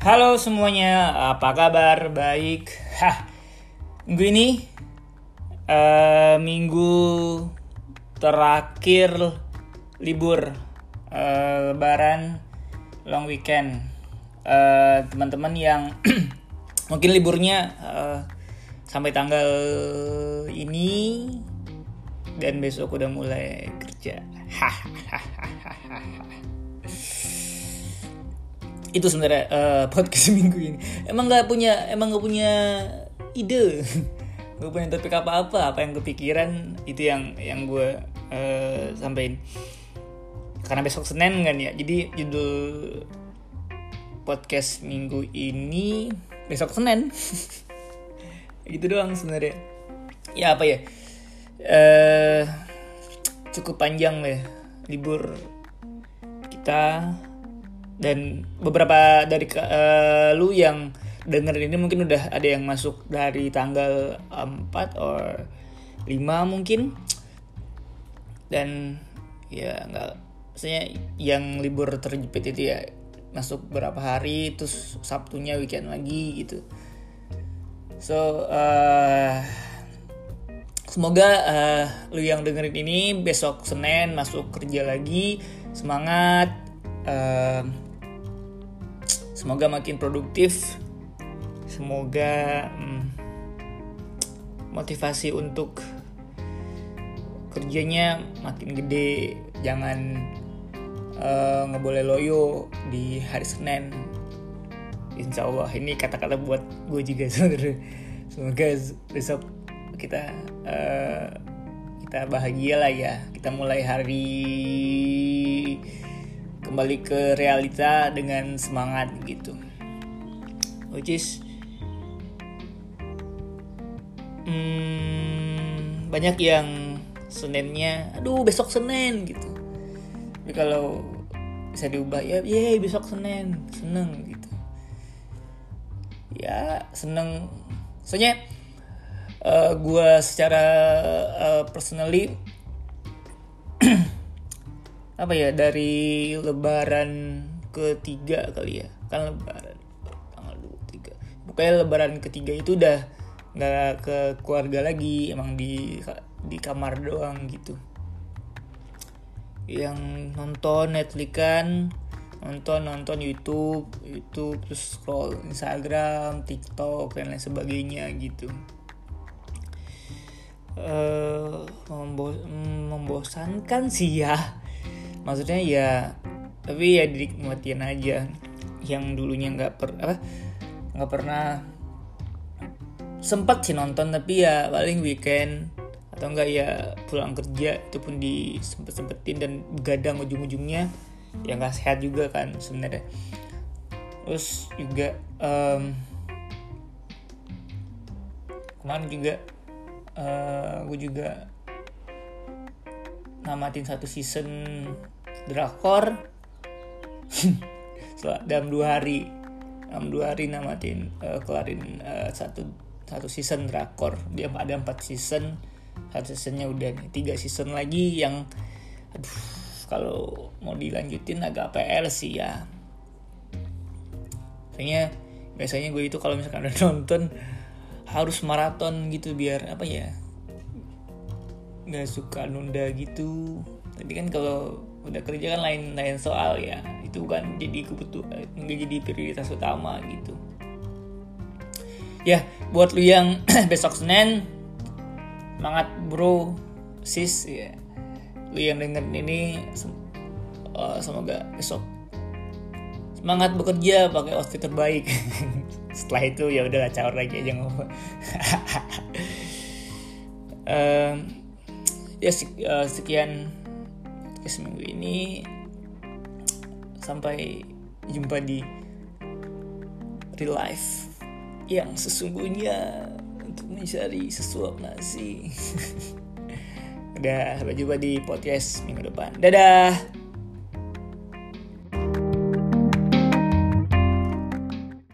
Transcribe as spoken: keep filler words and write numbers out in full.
Halo semuanya, apa kabar? Baik. Hah, minggu ini uh, minggu terakhir libur uh, Lebaran, long weekend. Uh, teman-teman yang mungkin liburnya uh, sampai tanggal ini dan besok udah mulai kerja. Itu sebenarnya uh, podcast minggu ini. Emang nggak punya, emang nggak punya ide, nggak punya topik apa-apa. Apa yang kepikiran itu yang yang gue uh, sampein. Karena besok Senin kan ya. Jadi judul podcast minggu ini besok Senin. Gitu doang sebenarnya. Ya apa ya? Uh, cukup panjang deh libur kita. Dan beberapa dari uh, lu yang denger ini mungkin udah ada yang masuk dari tanggal empat or lima mungkin. Dan ya gak, maksudnya yang libur terjepit itu ya masuk berapa hari, terus Sabtunya weekend lagi gitu. So uh, semoga uh, lu yang dengerin ini besok Senin masuk kerja lagi, semangat. uh, Semoga makin produktif. Semoga hmm, motivasi untuk kerjanya makin gede. Jangan uh, nggak boleh loyo di hari Senin. Insya Allah ini kata-kata buat gue juga sebenarnya. Semoga besok kita uh, kita bahagia lah ya. Kita mulai hari kembali ke realita dengan semangat gitu. Which is hmm, banyak yang Seninnya aduh besok Senin gitu. Tapi kalau bisa diubah ya yeay besok Senin, seneng gitu. Ya seneng. Soalnya uh, gue secara uh, personally apa ya, dari lebaran ketiga kali ya, kan lebaran tanggal dua puluh tiga, pokoknya lebaran ketiga itu udah gak ke keluarga lagi, emang di di kamar doang gitu. Yang nonton Netflix-an, nonton nonton YouTube YouTube terus scroll Instagram, TikTok dan lain sebagainya gitu. uh, membo- membosankan sih ya. Maksudnya ya, tapi ya dinikmatin aja. Yang dulunya nggak per apa nggak pernah sempat sih nonton, tapi ya paling weekend atau enggak ya pulang kerja itu pun disempet-sempetin dan begadang ujung-ujungnya ya nggak sehat juga kan sebenarnya. Terus juga um, kemarin juga uh, gue juga namatin satu season drakor dalam dua hari dalam dua hari namatin uh, kelarin uh, satu satu season drakor. Dia ada empat season, satu seasonnya udah nih, tiga season lagi yang aduh kalau mau dilanjutin agak P R sih ya. Biasanya biasanya gue itu kalau misalkan udah nonton harus maraton gitu biar apa ya, nggak suka nunda gitu. Tapi kan kalau udah kerja kan lain lain soal ya, itu kan jadi kebutuhan, nggak jadi prioritas utama gitu. Ya buat lu yang besok Senin, semangat bro sis ya. Lu yang dengerin ini uh, semoga besok semangat bekerja pakai outfit terbaik. Setelah itu ya udahlah caur lagi aja ngomong. um, Ya sekian podcast minggu ini. Sampai jumpa di real life yang sesungguhnya untuk mencari sesuap nasi. Udah, sampai jumpa di podcast minggu depan. Dadah.